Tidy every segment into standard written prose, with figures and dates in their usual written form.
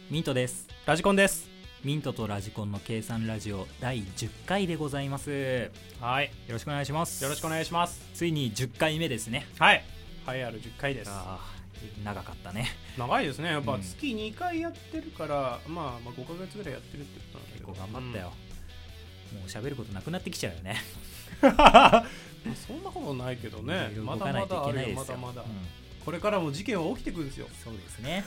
ミントです。 ラジコンです。 ミントとラジコンの計算ラジオ第10回でございます。 はい、 よろしくお願いします。 よろしくお願いします。 ついに10回目ですね。 はい、栄えある10回です。 長かったね。 長いですね。やっぱ月2回やってるから、まあ5ヶ月ぐらいやってるってことなんだけど、 結構頑張ったよ、もう喋ることなくなってきちゃうよねそんなことないけどね。 まだまだあるよ。 まだまだ、これからも事件は起きてくるんですよ。 そうですね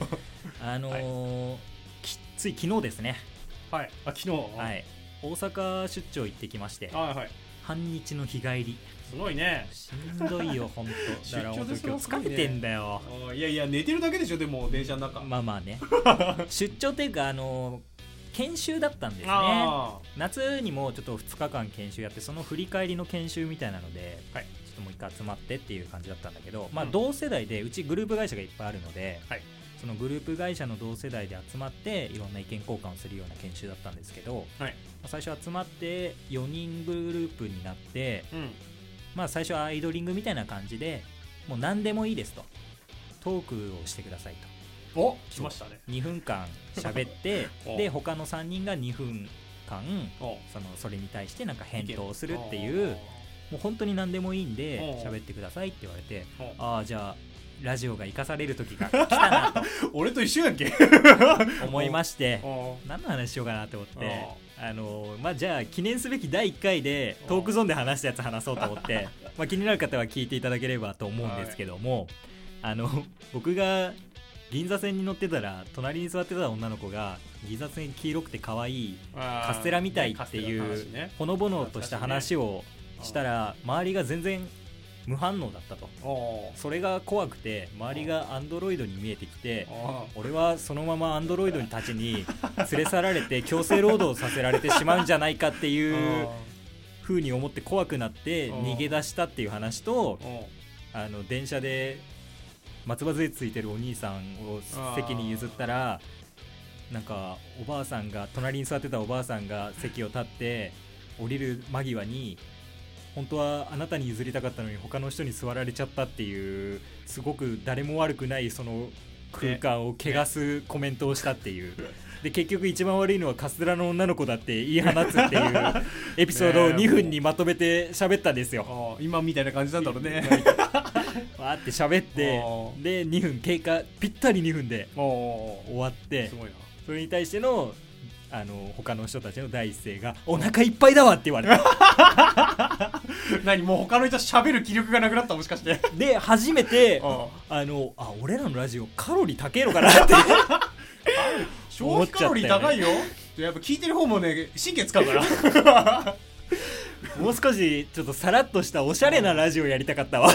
つい昨日ですね。 はい、昨日、 はい、大阪出張行ってきまして、 はいはい、 半日の日帰り。 すごいね。 しんどいよ本当。だから本当今日疲れてんだよ。 いやいや、寝てるだけでしょ。でも電車の中。 まあまあね出張っていうか研修だったんですね。夏にもちょっと2日間研修やって、その振り返りの研修みたいなので、はい、ちょっともう一回集まってっていう感じだったんだけど、まあ同世代でうちグループ会社がいっぱいあるので、はい、そのグループ会社の同世代で集まっていろんな意見交換をするような研修だったんですけど、はい、最初集まって4人グループになって、まあ最初はアイドリングみたいな感じで、もう何でもいいですと、トークをしてくださいと。 しましたね。 2分間喋ってで他の3人が2分間それに対してなんか返答するっていう、もう本当に何でもいいんで喋ってくださいって言われて、じゃあラジオが生かされる時が来たなと俺と一緒やんけ思いまして、何の話しようかなと思って、まあじゃあ記念すべき第1回でトークゾーンで話したやつ話そうと思ってまあ気になる方は聞いていただければと思うんですけども、僕が銀座線に乗ってたら隣に座ってた女の子が銀座線黄色くて可愛いカステラみたいっていうほのぼのとした話をしたら、周りが全然無反応だったと。それが怖くて周りがアンドロイドに見えてきて、俺はそのままアンドロイドたちに連れ去られて強制労働させられてしまうんじゃないかっていう風に思って怖くなって逃げ出したっていう話と、電車で松葉杖ついてるお兄さんを席に譲ったら、なんかおばあさんが隣に座ってたおばあさんが席を立って降りる間際に、本当はあなたに譲りたかったのに他の人に座られちゃったっていう、すごく誰も悪くないその空間を汚すコメントをしたっていう。で結局一番悪いのはカステラの女の子だって言い放つっていうエピソードを2分にまとめて喋ったんですよ。 今みたいな感じなんだろうねわーって喋って、で2分経過、ぴったり2分で終わって、 すごいな。 それに対しての他の人たちの第一声がお腹いっぱいだわって言われた何、もう他の人喋る気力がなくなった、もしかしてで初めて俺らのラジオカロリー高いのかなって消費カロリー高いよ。やっぱ聞いてる方もね、神経使うからもう少しちょっとさらっとしたおしゃれなラジオやりたかったわ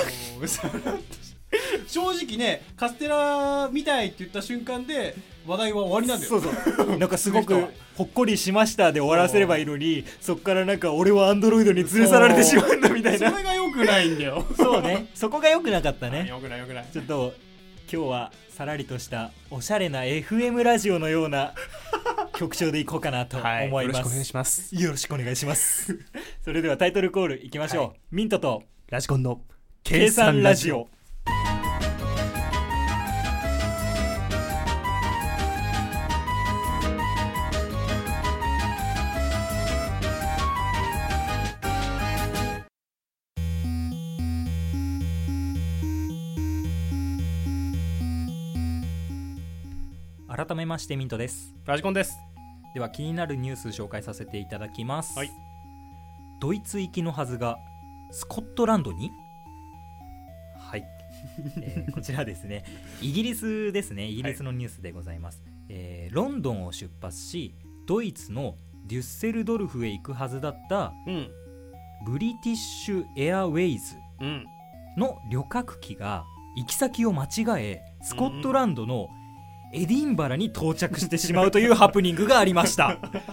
正直ね、カステラみたいって言った瞬間で話題は終わりなんだよ。 そうなんかすごくほっこりしましたで終わらせればいいのに、そっからなんか俺はアンドロイドに連れ去られてしまうんだみたいな。 それが良くないんだよそうね、そこが良くなかったね。 良くない良くない。 ちょっと今日はさらりとしたおしゃれな FM ラジオのような曲調でいこうかなと思います、 よろしくお願いします。 よろしくお願いしますそれではタイトルコールいきましょう、ミントとラジコンの計算ラジオ。改めましてミントです。 ラジコンです。 では気になるニュース紹介させていただきます、ドイツ行きのはずがスコットランドに。はい、こちらですね、イギリスですね。イギリスのニュースでございます、ロンドンを出発しドイツのデュッセルドルフへ行くはずだった、ブリティッシュエアウェイズの旅客機が行き先を間違え、スコットランドのエディンバラに到着してしまうというハプニングがありました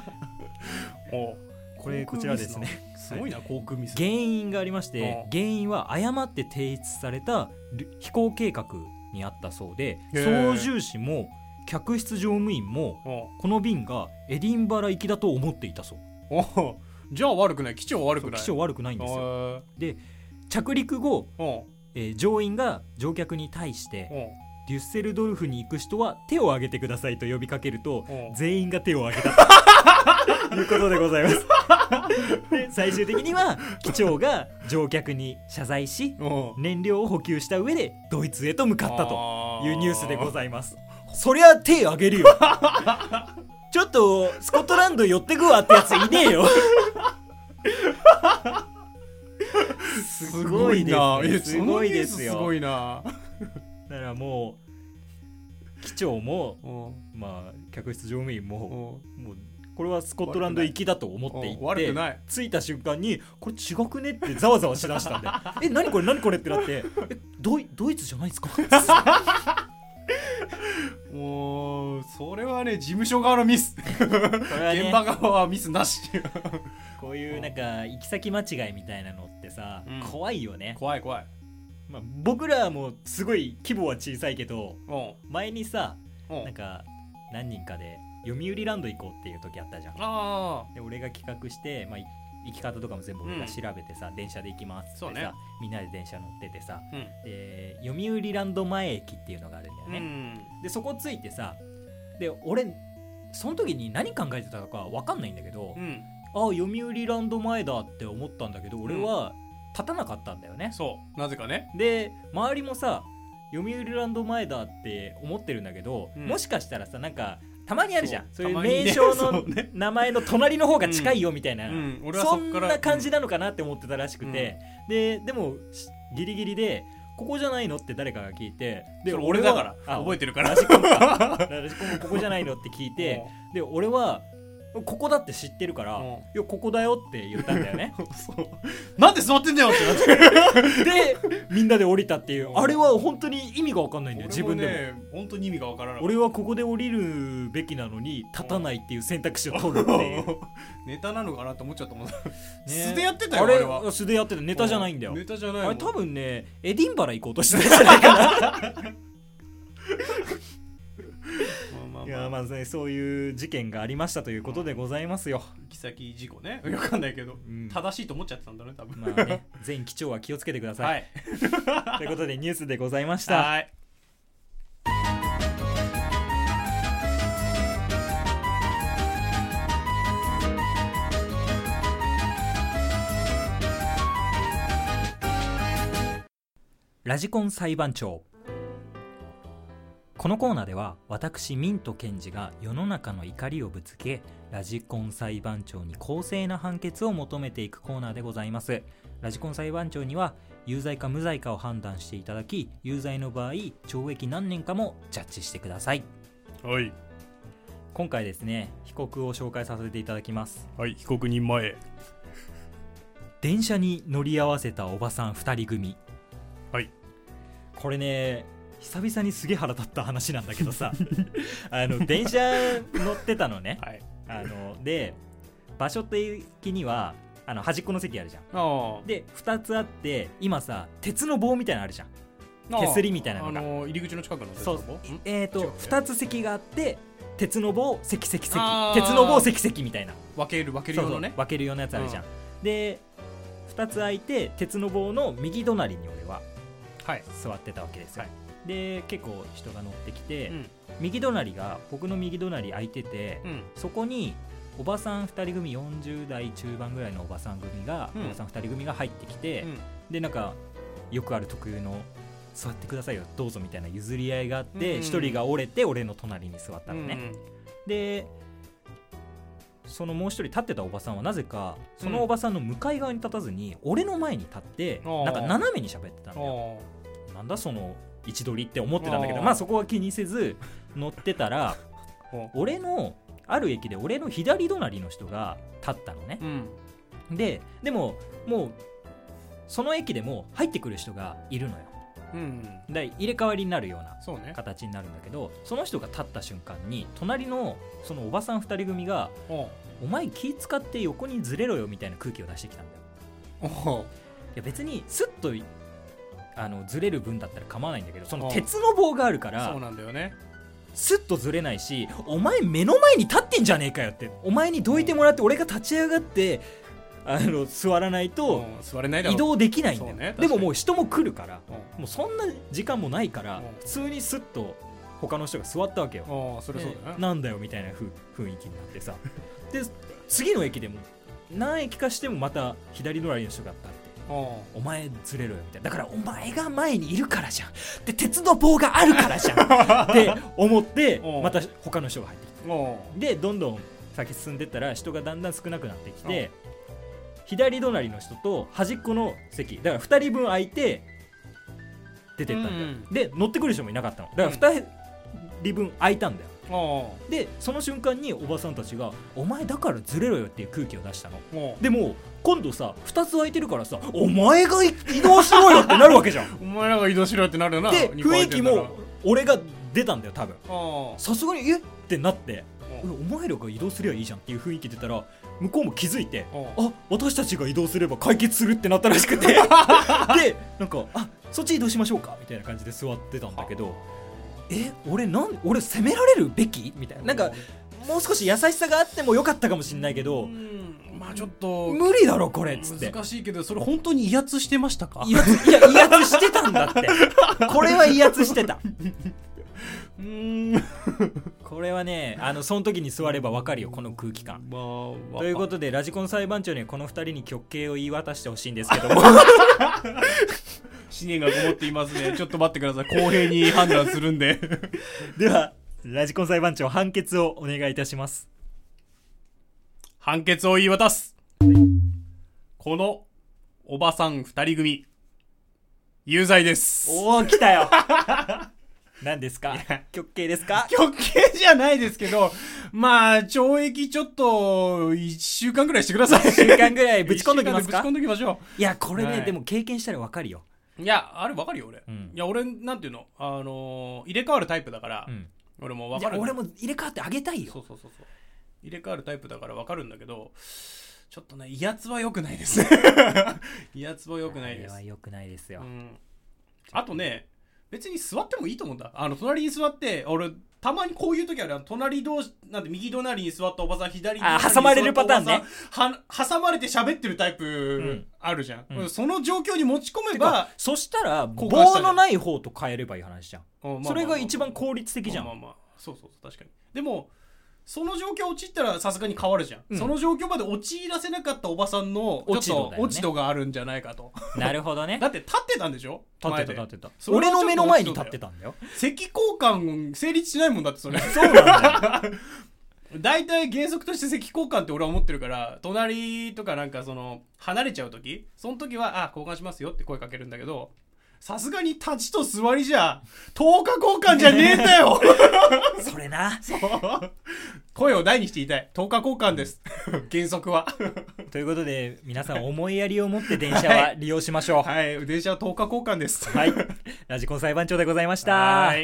こちらですね、 すごいな、航空ミス。 原因がありまして、原因は誤って提出された飛行計画にあったそうで、操縦士も客室乗務員もこの便がエディンバラ行きだと思っていたそう。 じゃあ悪くない、機長は悪くない。 機長悪くないんですよ。で着陸後、乗員が乗客に対してデュッセルドルフに行く人は手を挙げてくださいと呼びかけると全員が手を挙げたということでございますで最終的には機長が乗客に謝罪し燃料を補給した上でドイツへと向かったというニュースでございます。そりゃ手挙げるよちょっとスコットランド寄ってくわってやついねえよすごいな、すごいですよ。 すごいな。 だからもう機長もまあ客室乗務員ももうこれはスコットランド行きだと思って行って着いた瞬間にこれ違くねってざわざわしだしたんで何これ何これってなってドイツじゃないですかもうそれはね事務所側のミス現場側はミスなしこういうなんか行き先間違いみたいなのってさ、怖いよね。 怖い怖い。 まあ、僕らもすごい規模は小さいけど前にさなんか何人かで読売ランド行こうっていう時あったじゃん。で俺が企画して、まあ、行き方とかも全部俺が調べてさ、電車で行きますってさ、みんなで電車乗っててさ、で読売ランド前駅っていうのがあるんだよね。でそこ着いてさ、で俺その時に何考えてたのか分かんないんだけど、あ読売ランド前だって思ったんだけど俺は立たなかったんだよね。 そうなぜかね。 で周りもさ読売ランド前だって思ってるんだけど、もしかしたらさなんかたまにあるじゃん、そういう名称の名前の隣の方が近いよみたいな、そんな感じなのかなって思ってたらしくて、でもギリギリでここじゃないのって誰かが聞いて、で俺だから覚えてるからラジコンここじゃないのって聞いてで俺はここだって知ってるから、いやここだよって言ったんだよねそうなんで座ってんだよってなってでみんなで降りたっていう、あれは本当に意味が分かんないんだよ。自分でも本当に意味が分からない。 俺はここで降りるべきなのに立たないっていう選択肢を取るっていうネタなのかなと思っちゃったもん、 ね、 素でやってたよ。 あれは素でやってた。ネタじゃないんだよ。 ネタじゃない。 あれ多分ねエディンバラ行こうとしてたんじゃないかないやまあね、そういう事件がありましたということでございますよ。 行き先事故ね、分かんないけど、正しいと思っちゃってたんだね多分。 まあね、全機長は気をつけてください、ということでニュースでございました。 はい。 ラジコン裁判長。このコーナーでは私ミント検事が世の中の怒りをぶつけラジコン裁判長に公正な判決を求めていくコーナーでございます。ラジコン裁判長には有罪か無罪かを判断していただき、有罪の場合懲役何年かもジャッジしてください。 はい。 今回ですね被告を紹介させていただきます。 はい、被告人前。 電車に乗り合わせたおばさん2人組。 はい。 これね久々にすげえ腹立った話なんだけどさ電車乗ってたのね、はい、で場所的には端っこの席あるじゃん。で2つあって今さ鉄の棒みたいなのあるじゃん。手すりみたいなのが入り口の近くの鉄の棒。 2つ席があって鉄の棒鉄の棒席みたいな分けるようなね、 分けるようなやつあるじゃん。で2つ空いて鉄の棒の右隣に俺は座ってたわけですよ、はい。で結構人が乗ってきて、僕の右隣空いてて、そこにおばさん2人組40代中盤ぐらいのおばさん2人組が入ってきて、でなんかよくある特有の座ってくださいよどうぞみたいな譲り合いがあって、1人が折れて俺の隣に座ったのね、でそのもう一人立ってたおばさんはなぜかそのおばさんの向かい側に立たずに俺の前に立ってなんか斜めに喋ってたんだよ。なんだその位置取りって思ってたんだけど、まあそこは気にせず乗ってたら俺のある駅で俺の左隣の人が立ったのね、でももうその駅でも入ってくる人がいるのよ、で入れ替わりになるような形になるんだけど、その人が立った瞬間に隣のそのおばさん2人組がお前気使って横にずれろよみたいな空気を出してきたんだよ。いや別にスッとずれる分だったら構わないんだけど、その鉄の棒があるからそうなんだよね、 スッとずれないし、お前目の前に立ってんじゃねえかよって、お前にどいてもらって俺が立ち上がって座らないと座れないだろう、 移動できないんだよ、 ね、 でももう人も来るから、 うん、 もうそんな時間もないから、 うん、 普通にスッと他の人が座ったわけよ。 それそうだね、 なんだよみたいな雰囲気になってさで次の駅でも何駅かしてもまた左隣の人が立ってお前ずれろよみたいな、だからお前が前にいるからじゃんで鉄の棒があるからじゃんって思ってまた他の人が入ってきて、でどんどん先進んでったら人がだんだん少なくなってきて、左隣の人と端っこの席だから2人分空いて出てったんだよ、で乗ってくる人もいなかったのだから2人分空いたんだよ、でその瞬間におばさんたちがお前だからずれろよっていう空気を出したの。でも今度さ2つ空いてるからさお前が移動しろよってなるわけじゃんお前らが移動しろよってなるよな。 で雰囲気も俺が出たんだよ多分。さすがにってなってお前らが移動すればいいじゃんっていう雰囲気出たら向こうも気づいて私たちが移動すれば解決するってなったらしくてでなんかそっち移動しましょうかみたいな感じで座ってたんだけど俺責められるべきみたいな、なんかもう少し優しさがあってもよかったかもしれないけど、 まあちょっと無理だろこれっつって。 難しいけどそれ本当に威圧してましたか？ 威圧してたんだってこれは威圧してたこれはねその時に座れば分かるよこの空気感、ということでラジコン裁判長にはこの2人に極刑を言い渡してほしいんですけども思念がこもっていますね。ちょっと待ってください、公平に判断するんでではラジコン裁判長判決をお願いいたします。 判決を言い渡す。このおばさん2人組有罪です。 おー来たよ何ですか？極刑ですか？ 極刑じゃないですけど、まあ懲役ちょっと1週間ぐらいしてください。 1週間ぐらいぶち込んどきますか？ ぶち込んどきましょう。いやこれね、 はい、 でも経験したら分かるよ。 いやあれ分かるよ俺、いや俺なんていうの入れ替わるタイプだから、俺も分かる。 俺も入れ替わってあげたいよ。 そう入れ替わるタイプだから分かるんだけど、ちょっとね威圧は良くないですね威圧は良くないです。 あれは良くないですよ、 あとね別に座ってもいいと思うんだ。隣に座って俺たまにこういう時ある。隣同士なんて右隣に座ったおばさん左隣に座ったおばさん挟まれるパターンね。 挟まれて喋ってるタイプあるじゃん、その状況に持ち込めば。 そしたら棒のない方と変えればいい話じゃん、それが一番効率的じゃん。 そう確かに。でもその状況陥ったらさすがに変わるじゃん、その状況まで陥らせなかったおばさんのちょっと落ち度があるんじゃないかとなるほどね。 だって立ってたんでしょ？ 立ってた俺の目の前に立ってたんだよ。 席交換成立しないもんだってそれそうなんだよ大体原則として席交換って俺は思ってるから、隣とかなんかその離れちゃう時、その時は交換しますよって声かけるんだけど、さすがに立ちと座りじゃ10日交換じゃねえんだよそれな。 そう声を大にして言いたい。10日交換です原則はということで皆さん思いやりを持って電車は利用しましょう。 はい、電車は10日交換ですはいラジコン裁判長でございました。 はい、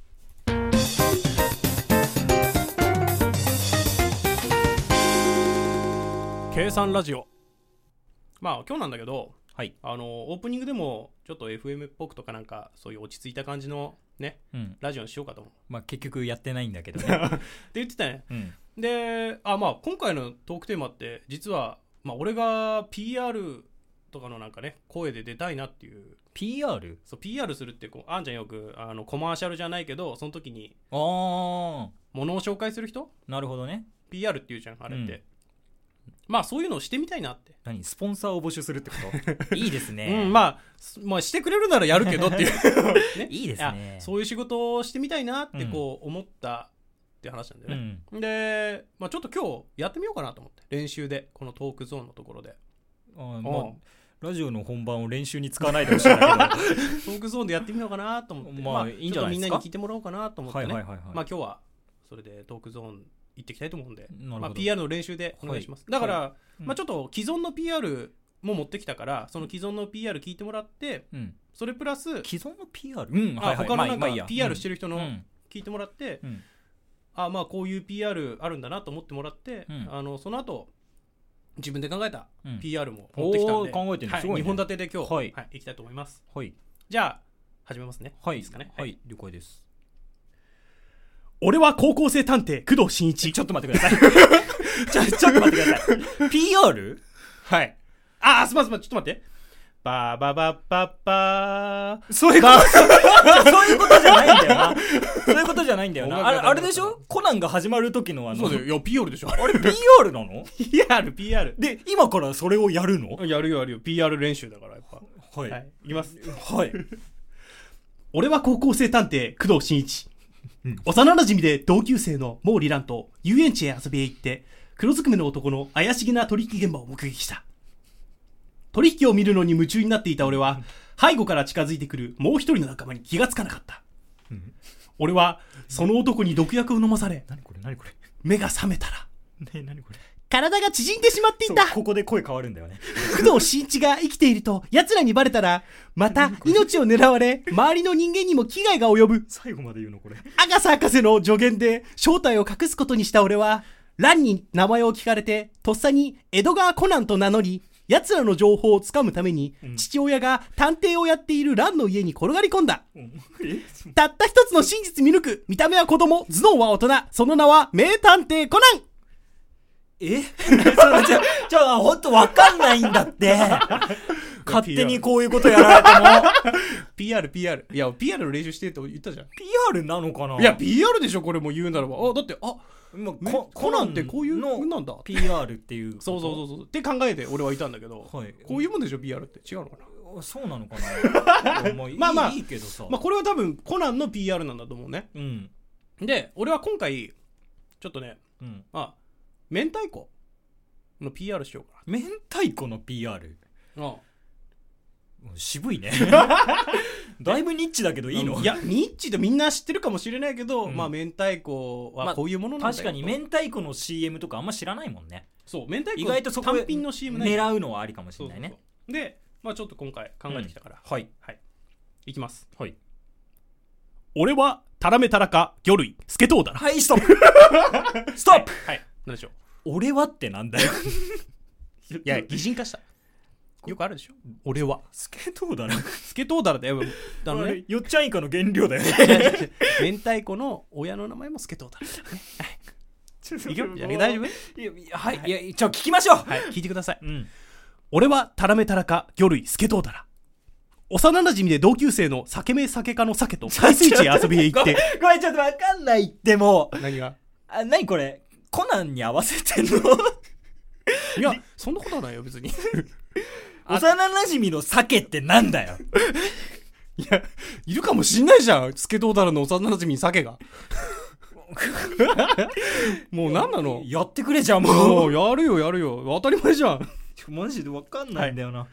計算ラジオ。まあ今日なんだけど、はい、オープニングでもちょっと FM っぽくとかなんかそういう落ち着いた感じのね、ラジオにしようかと思う。 まあ結局やってないんだけどねって言ってたね、でまあ今回のトークテーマって実は、まあ、俺が PR とかのなんかね声で出たいなっていう。 PR？ そう PR するってあんじゃんよくコマーシャルじゃないけどその時に物を紹介する人。 なるほどね。 PR っていうじゃんあれって、まあそういうのをしてみたいなって。 何スポンサーを募集するってこといいですね、 まあしてくれるならやるけどっていう、 ね、いいですね。 そういう仕事をしてみたいなってこう思ったって話なんだよね、で、まあ、ちょっと今日やってみようかなと思って練習でこのトークゾーンのところでラジオの本番を練習に使わないでほしいんだけどトークゾーンでやってみようかなと思って、まあいいんじゃないですか。ちょっとみんなに聞いてもらおうかなと思ってね、まあ今日はそれでトークゾーン行ってきたいと思うんで、まあ、PR の練習でお願いします、だから、まあ、ちょっと既存の PR も持ってきたからその既存の PR 聞いてもらって、それプラス既存の PR？ 他のなんか PR してる人の聞いてもらって、まあこういう PR あるんだなと思ってもらって、その後自分で考えた PR も持ってきたんで、 考えてるんですごいね。 2本立てで今日、いきたいと思います。じゃあ始めますね。いいですかね。 はい、了解です。 俺は高校生探偵工藤新一。 ちょっと待ってくださいちょっと待ってくださいPR？ はい。すまん、ちょっと待って。バーババッバッバー。 そういうことじゃないんだよな。そういうことじゃないんだよな。あれでしょ？コナンが始まる時のそうだよ。いや、PR でしょ。 あれ PR なの？ PR。 で、今からそれをやるの？ やるよ。PR 練習だから、やっぱ。 はい。 いきます。 はい。 俺は高校生探偵、工藤新一。幼馴染で同級生の毛利蘭と遊園地へ遊びへ行って、黒ずくめの男の怪しげな取引現場を目撃した。取引を見るのに夢中になっていた俺は、背後から近づいてくるもう一人の仲間に気がつかなかった。俺はその男に毒薬を飲まされ、 何これ目が覚めたら、 何これ、 体が縮んでしまっていた。 ここで声変わるんだよね。 工藤新一が生きていると奴らにバレたら、また命を狙われ、周りの人間にも危害が及ぶ。 最後まで言うのこれ。 アガサ博士の助言で正体を隠すことにした俺は、蘭に名前を聞かれてとっさに江戸川コナンと名乗り、奴らの情報をつかむために、父親が探偵をやっている蘭の家に転がり込んだ。たった一つの真実見抜く。見た目は子供、頭脳は大人。その名は名探偵コナン。 ほんとわかんないんだって。勝手にこういうことやられても。 PR。いや、PR の練習してと言ったじゃん。 PR なのかな？ いや、PR でしょ、これも言うならば。だって、コナンってこういうのなんだ。 PR っていうそうって考えて俺はいたんだけど、はい、こういうもんでしょ PR って違うのかな。そうなのかな。 まあいいけどさ、 これは多分コナンの PR なんだと思うね。で俺は今回ちょっとね、明太子の PR しようかな。明太子の PR？ 渋いね。だいぶニッチだけどいいの？ いや、ニッチでみんな知ってるかもしれないけど、明太子はこういうものなんだよ。 確かに明太子の CM とかあんま知らないもんね。 そう、明太子意外とそこ単品の CM 狙うのはありかもしれないね。 そうで、ちょっと今回考えてきたから、 はいいきます。 はい。 俺はタラメタラカ魚類スケトウダラ。 はい、ストップ。ストップ。 はい。何でしょう。 俺はってなんだよ。 いや、擬人化した。よくあるでしょ。俺はスケトウダラ。 スケトウダラだよ。 よっちゃんイカの原料だよね。 明太子の親の名前もスケトウダラ。いくよ。大丈夫？ はい。いや、聞きましょう。 はい。聞いてください。俺はタラメタラカ魚類スケトウダラ。幼馴染で同級生の酒目酒家の酒と海水地へ遊びへ行って。 ごめん、ちょっとわかんないっても。 何が？ 何これ？コナンに合わせてんの？ いや、そんなことはないよ別に。 幼馴染の鮭ってなんだよ。 いや、いるかもしんないじゃん。スケトウダラの幼馴染に鮭が。もう何なの？ やってくれじゃん、もう。やるよ。当たり前じゃん。 マジで分かんないんだよな。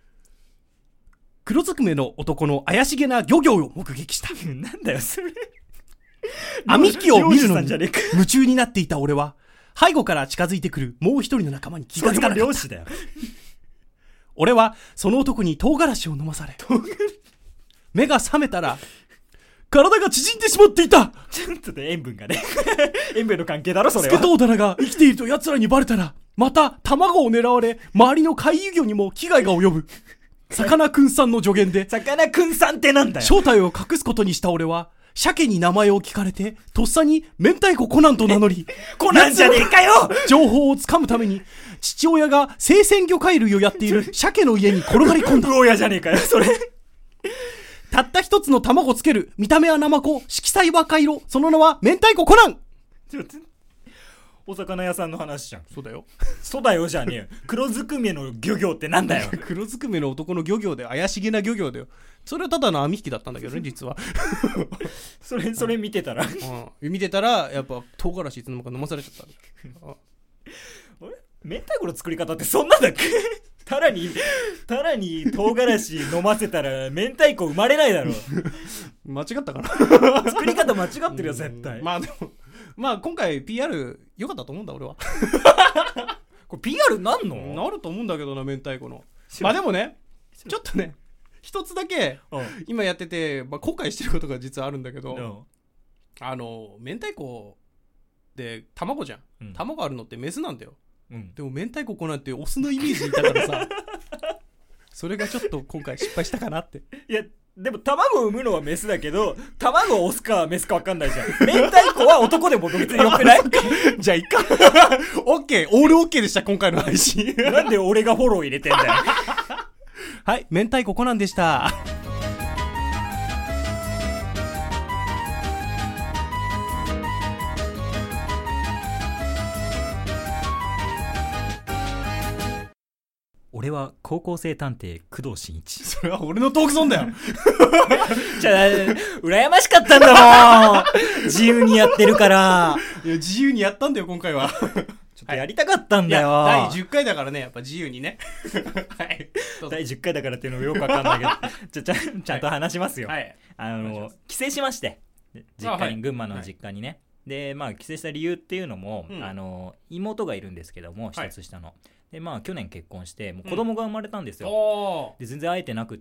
黒ずくめの男の怪しげな漁業を目撃した。 なんだよそれ。 網引きを見るのに夢中になっていた俺は、背後から近づいてくるもう一人の仲間に気がつかなかった。 漁師だよ。 俺はその男に唐辛子を飲まされ、目が覚めたら体が縮んでしまっていた。 ちょっと塩分がね。塩分の関係だろそれは。 スケトウダラが生きていると奴らにバレたら、また卵を狙われ、周りの回遊魚にも危害が及ぶ。さかなクンさんの助言で、 さかなクンさんってなんだよ。 正体を隠すことにした俺は、鮭に名前を聞かれてとっさに明太子コナンと名乗り、 コナンじゃねえかよ。 情報をつかむために父親が生鮮魚介類をやっている鮭の家に転がり込んだ。 親じゃねえかよそれ。 たった一つの卵つける。見た目はナマコ、色彩は赤色。その名は明太子コナン。 お魚屋さんの話じゃん。 そうだよ。 そうだよじゃねえよ。黒ずくめの漁業ってなんだよ。 黒ずくめの男の漁業で怪しげな漁業だよ。それはただの網引きだったんだけどね実は。 それ見てたら、 見てたらやっぱ唐辛子いつの間にか飲まされちゃったんだ。 明太子の作り方ってそんなんだっけ？タラに唐辛子飲ませたら明太子生まれないだろ。 間違ったかな。 作り方間違ってるよ絶対。 まあでも今回 PR 良かったと思うんだ俺は。 これ PR なんの？ なると思うんだけどな明太子の。まあでもねちょっとね一つだけ今やってて、後悔してることが実はあるんだけど、明太子で卵じゃん、卵あるのってメスなんだよ、でも明太子なんてオスのイメージいたからさ。それがちょっと今回失敗したかなって。 いやでも卵を産むのはメスだけど卵をオスかメスか分かんないじゃん。明太子は男でも別によくない？ じゃあいっかオッケー、オールオッケーでした今回の配信なんで俺がフォロー入れてんだよはい、明太子コナンでした。 俺は高校生探偵工藤新一。 それは俺のトークゾーンだよじゃあ羨ましかったんだもん自由にやってるから。 いや自由にやったんだよ今回はちょっとやりたかったんだよ、 第10回だからね、やっぱ自由にねはい第10回だからっていうのもよくわかんないけどちゃんと話しますよ、はい、帰省しまして実家に、群馬の実家にね、はい、でまあ帰省した理由っていうのも、妹がいるんですけども、一つ下の、でまあ去年結婚してもう子供が生まれたんですよ、で全然会えてなくって、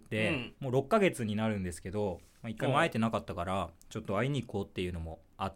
もう6ヶ月になるんですけど、1回も会えてなかったからちょっと会いに行こうっていうのもあって、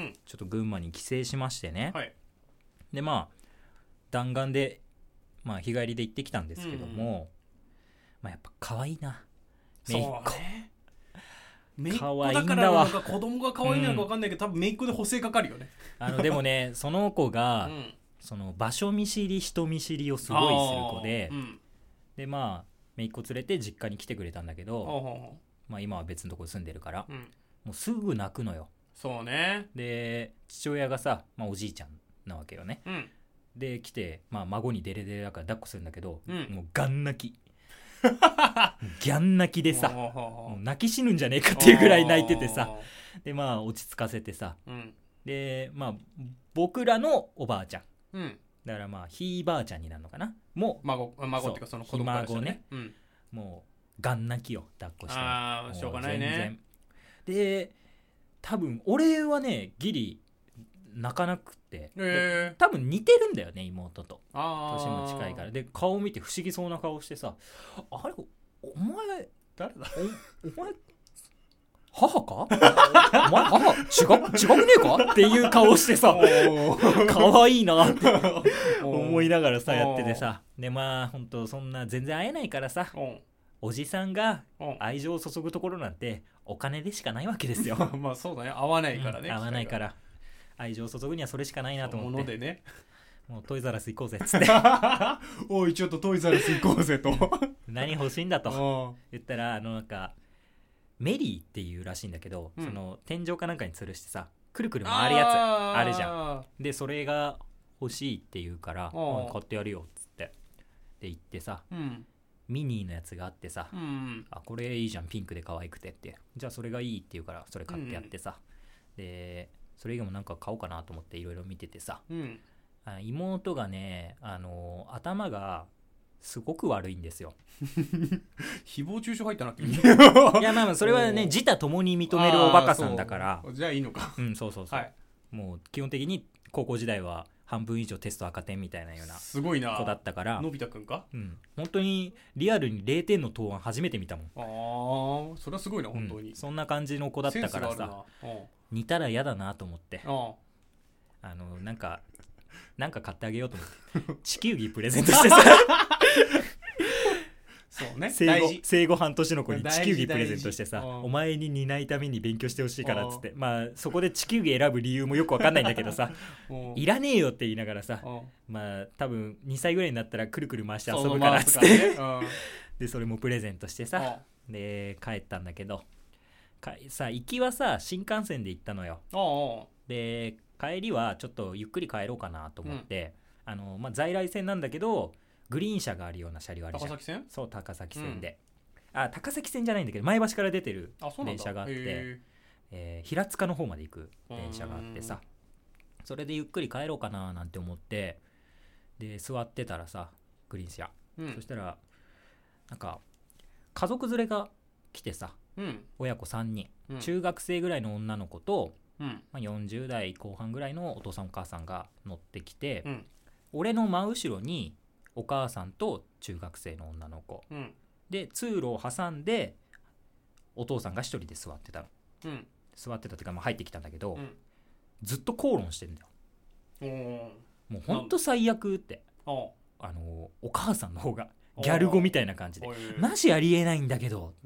ちょっと群馬に帰省しましてね、はい、でまあ弾丸で、まあ、日帰りで行ってきたんですけども、まあ、やっぱ可愛いな姪っ子。 姪っ子だからなんか子供が可愛いのか分かんないけど、多分姪っ子で補正かかるよねでもねその子が、その場所見知り人見知りをすごいする子で、でまあ姪っ子連れて実家に来てくれたんだけど、まあ、今は別のところに住んでるから、もうすぐ泣くのよ。 そうね。 で父親がさ、まあ、おじいちゃんなわけよね、で来て、まあ、孫にデレデレだから抱っこするんだけど、もうガン泣きギャン泣きでさもう泣き死ぬんじゃねえかっていうぐらい泣いててさ、でまあ落ち着かせてさ、でまあ僕らのおばあちゃん、だからまあひいばあちゃんになるのかな、もう孫っていうかその子供からしたらね、 もうガン泣きよ抱っこして。 ああしょうがないね。 で多分俺はねギリ泣かなくて、多分似てるんだよね妹と、年も近いから。で顔見て不思議そうな顔してさ、あれお前誰だお前母かお前母違くねえかっていう顔してさ可愛いなって思いながらさやっててさ、でまあ本当そんな全然会えないからさ、おじさんが愛情を注ぐところなんてお金でしかないわけですよまあそうだね、会わないからね、 会わないから愛情を注ぐにはそれしかないなと思って、 ものでね、 もうトイザらス行こうぜっつっておいちょっとトイザらス行こうぜと何欲しいんだと言ったら、なんかメリーっていうらしいんだけど、その天井かなんかに吊るしてさくるくる回るやつあるじゃん。でそれが欲しいって言うから買ってやるよっつってで行ってさ、ミニーのやつがあってさ、あこれいいじゃんピンクで可愛くてって、じゃあそれがいいって言うからそれ買ってやってさ、でそれ以外もなんか買おうかなと思っていろいろ見ててさ、妹がね頭がすごく悪いんですよ誹謗中傷入ったなっていやまあそれはね自他ともに認めるおバカさんだから、 じゃあいいのか。 そうそうそう、はい、もう基本的に高校時代は半分以上テスト赤点みたいなようなすごいな子だったから、 のび太くんか、 本当にリアルに0点の答案初めて見たもん。それはすごいな本当に、 そんな感じの子だったからさ、似たら嫌だなと思って、なんか買ってあげようと思って地球儀プレゼントしてさそうね、 生後半年の子に地球儀プレゼントしてさ、お前に似ないために勉強してほしいからっつって、まあそこで地球儀選ぶ理由もよく分かんないんだけどさいらねえよって言いながらさ、まあ多分2歳ぐらいになったらくるくる回して遊ぶからっつって、でそれもプレゼントしてさ、で帰ったんだけどさ行きはさ新幹線で行ったのよ。で帰りはちょっとゆっくり帰ろうかなと思って、まあ、在来線なんだけどグリーン車があるような車両あるじゃん。 高崎線？ そう高崎線で、高崎線じゃないんだけど前橋から出てる電車があって、平塚の方まで行く電車があってさ、それでゆっくり帰ろうかななんて思ってで座ってたらさグリーン車、そしたらなんか家族連れが来てさ、親子3人、中学生ぐらいの女の子と、まあ、40代後半ぐらいのお父さんお母さんが乗ってきて、俺の真後ろにお母さんと中学生の女の子、で通路を挟んでお父さんが一人で座ってたの、座ってたっていうか、まあ、入ってきたんだけど、ずっと口論してんだよ。もうほんと最悪って、お母さんの方がギャル語みたいな感じでマジありえないんだけどって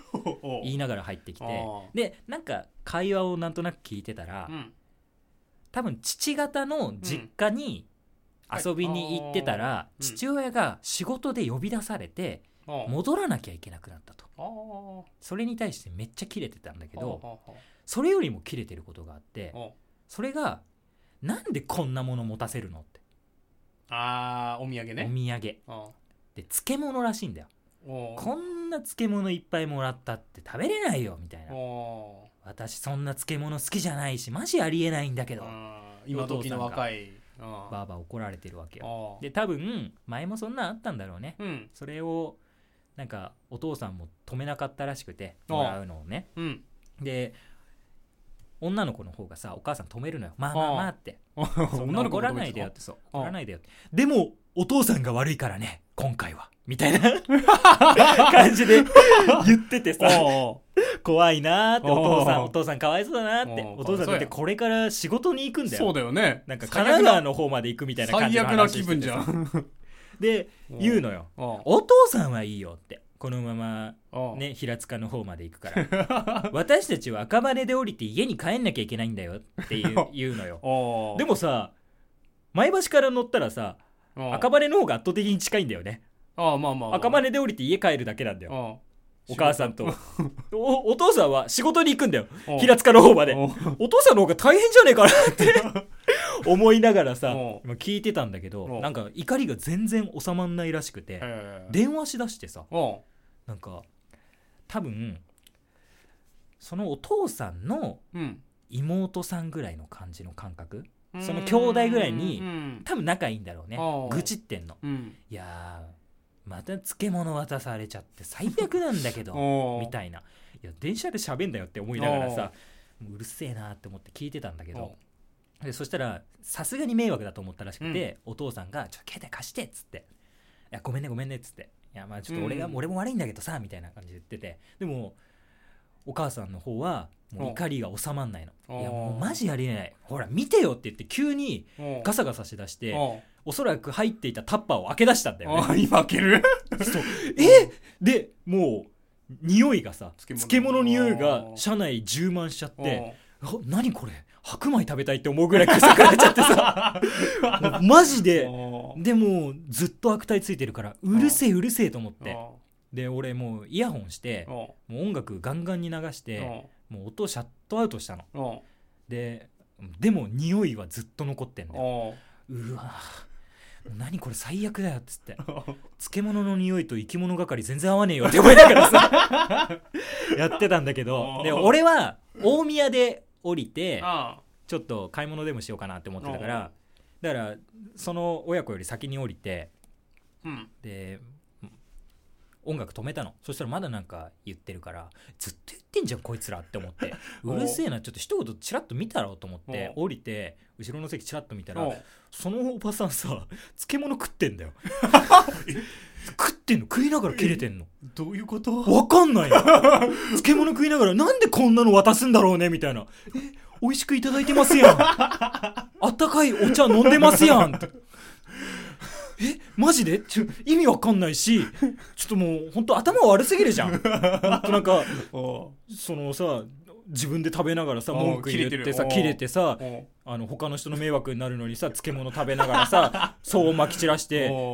言いながら入ってきて、でなんか会話をなんとなく聞いてたら、多分父方の実家に遊びに行ってたら、父親が仕事で呼び出されて戻らなきゃいけなくなったと。それに対してめっちゃキレてたんだけど、それよりもキレてることがあって、それがなんでこんなもの持たせるのって。 お土産ね。 お土産で漬物らしいんだよ。こんな漬物いっぱいもらったって食べれないよみたいな。私そんな漬物好きじゃないしマジありえないんだけど、 今時の若いバーバー怒られてるわけよ。で多分前もそんなんあったんだろうね、それをなんかお父さんも止めなかったらしくて、もらうのをね、で女の子の方がさお母さん止めるのよ。まあまあまあって女の子怒らないでよって。そう怒らないでよって。でもお父さんが悪いからね今回はみたいな感じで言っててさ怖いなーって。お父さんかわいそうだなって。お父さんだってこれから仕事に行くんだよ。 そうだよね。 なんか神奈川の方まで行くみたいな感じの話しててさ、 最悪な気分じゃんで言うのよ。お父さんはいいよって、このままね平塚の方まで行くから私たちは赤羽で降りて家に帰んなきゃいけないんだよって言うのよ。でもさ前橋から乗ったらさ赤羽の方が圧倒的に近いんだよね。赤羽で降りて家帰るだけなんだよ。お母さんとお父さんは仕事に行くんだよ平塚の方まで。お父さんの方が大変じゃねえかなって思いながらさ聞いてたんだけど、なんか怒りが全然収まんないらしくて、電話しだしてさ、なんか多分そのお父さんの妹さんぐらいの感じの感覚、その兄弟ぐらいに多分仲いいんだろうね。愚痴ってんの、いやまた漬物渡されちゃって最悪なんだけどみたいな。いや電車で喋んだよって思いながらさ、もううるせえなって思って聞いてたんだけど、でそしたらさすがに迷惑だと思ったらしくて、お父さんがちょっと携帯貸してっつって、いやごめんねっつって、いやまあちょっと俺も悪いんだけどさみたいな感じで言ってて、でもお母さんの方はもう怒りが収まんないの。いやもうマジありえない、ほら見てよって言って急にガサガサしだして、おそらく入っていたタッパーを開け出したんだよね。 今開けるそうでもう匂いがさ、漬物の匂いが車内充満しちゃって、何これ白米食べたいって思うぐらい臭くなっちゃってさマジで。でもずっと悪態ついてるからうるせえと思って、で俺もうイヤホンしてもう音楽ガンガンに流してもう音をシャットアウトしたの。でも匂いはずっと残ってんだよ。うわ何これ最悪だよっつって漬物の匂いと生き物係全然合わねえよって思いながらさやってたんだけど、で俺は大宮で降りてちょっと買い物でもしようかなって思ってたから、だからその親子より先に降りて、で音楽止めたの。そしたらまだなんか言ってるから、ずっと言ってんじゃんこいつらって思ってうるせえな、ちょっと一言チラッと見たろうと思って降りて後ろの席チラッと見たら、そのおばさんさ漬物食ってんだよ食ってんの、食いながら切れてんの。 どういうこと？ わかんない漬物食いながらなんでこんなの渡すんだろうねみたいな。美味しくいただいてますやんあったかいお茶飲んでますやんってマジで意味わかんないし、ちょっともう本当頭悪すぎるじゃん。なんかそのさ自分で食べながらさ文句言ってさ切れてさ、他の人の迷惑になるのにさ漬物食べながらさそうまき散らして、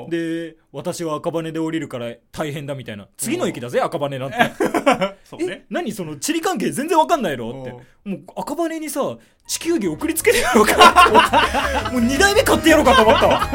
で私は赤羽で降りるから大変だみたいな、次の駅だぜ赤羽なんてそうね、何その地理関係全然わかんないのって、もう赤羽にさ地球儀送りつけてやろうかってもう2台目買ってやろうかと思ったわ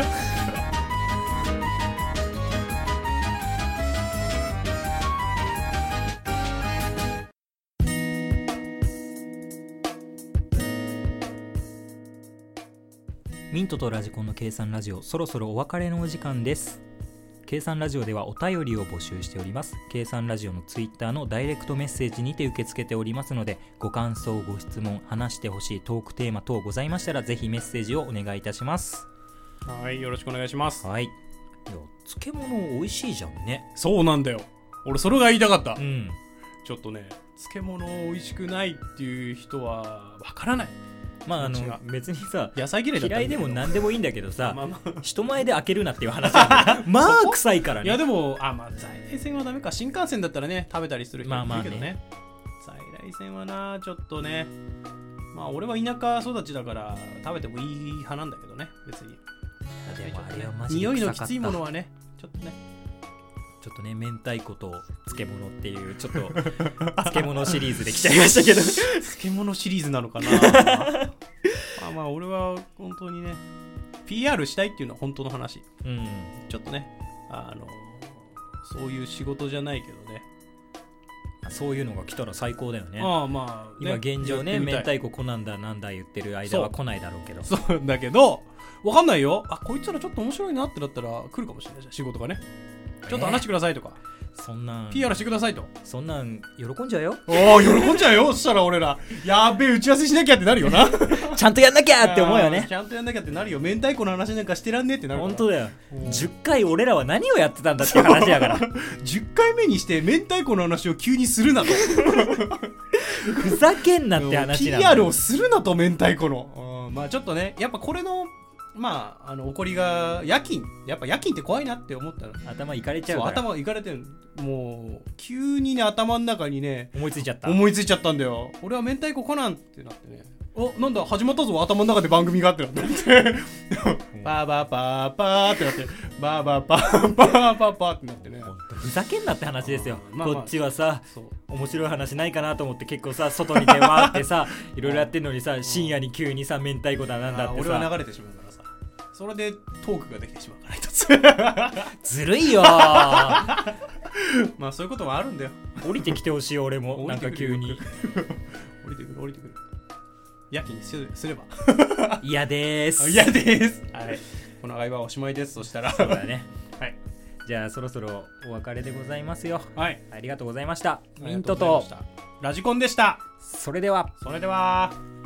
ミントとラジコンの計算ラジオ、そろそろお別れのお時間です。計算ラジオではお便りを募集しております。計算ラジオのツイッターのダイレクトメッセージにて受け付けておりますので、ご感想ご質問話してほしいトークテーマ等ございましたらぜひメッセージをお願いいたします。 はい、よろしくお願いします。 はい。いや漬物美味しいじゃんね。 そうなんだよ、俺それが言いたかった、ちょっとね漬物美味しくないっていう人はわからない。 まあ別にさ野菜嫌いだった嫌いでも何でもいいんだけどさ、人前で開けるなっていう話なんだよまあ臭いからね。 いやでも在来線はダメか。新幹線だったらね食べたりする人いるけどね、在来線はなちょっとね、まあ俺は田舎育ちだから食べてもいい派なんだけどね、別に。 でもあれはマジで匂いのきついものはねちょっとね明太子と漬物っていうちょっと漬物シリーズできちゃいましたけど漬物シリーズなのかなまあ俺は本当にね PR したいっていうのは本当の話、ちょっとねそういう仕事じゃないけどね、 そういうのが来たら最高だよね。 まあ今現状ね明太子来なんだなんだ言ってる間は来ないだろうけど、 そうだけどわかんないよ。こいつらちょっと面白いなってなったら来るかもしれないじゃん、仕事がね。ちょっと話してくださいとか、 そんなん PR してくださいと、 そんなん喜んじゃうよ。 喜んじゃうよ。そしたら俺らやべえ打ち合わせしなきゃってなるよなちゃんとやんなきゃって思うよね。 ちゃんとやんなきゃってなるよ。明太子の話なんかしてらんねえってなるから。 本当だよ。10回俺らは何をやってたんだって話やから 10回目にして明太子の話を急にするなとふざけんなって話なんだ。 PR をするなと明太子の。まあちょっとねやっぱこれのまあ怒りがやっぱ夜勤って怖いなって思ったら頭いかれちゃうから。 頭いかれてる。もう急にね頭の中にね思いついちゃったんだよ。俺は明太子コナンってなってね、なんだ始まったぞ頭の中で番組があってなってパーバーパーパーってなってバーバーパーパーパーパーってなってね、 ふざけんなって話ですよ。こっちはさ面白い話ないかなと思って結構さ外に出回ってさいろいろやってんのにさ深夜に急にさ明太子だなんだってさ俺は流れてしまうからさ、それでトークができてしまうから一つずるいよまあそういうこともあるんだよ。 降りてきてほしいよ俺も。なんか急に降りてくる夜勤にすれば嫌でーす。 はい、この会話はおしまいです。そしたらそうだねはい、 じゃあそろそろお別れでございますよ。 はい、 ありがとうございました。ミントとラジコンでした。 それでは。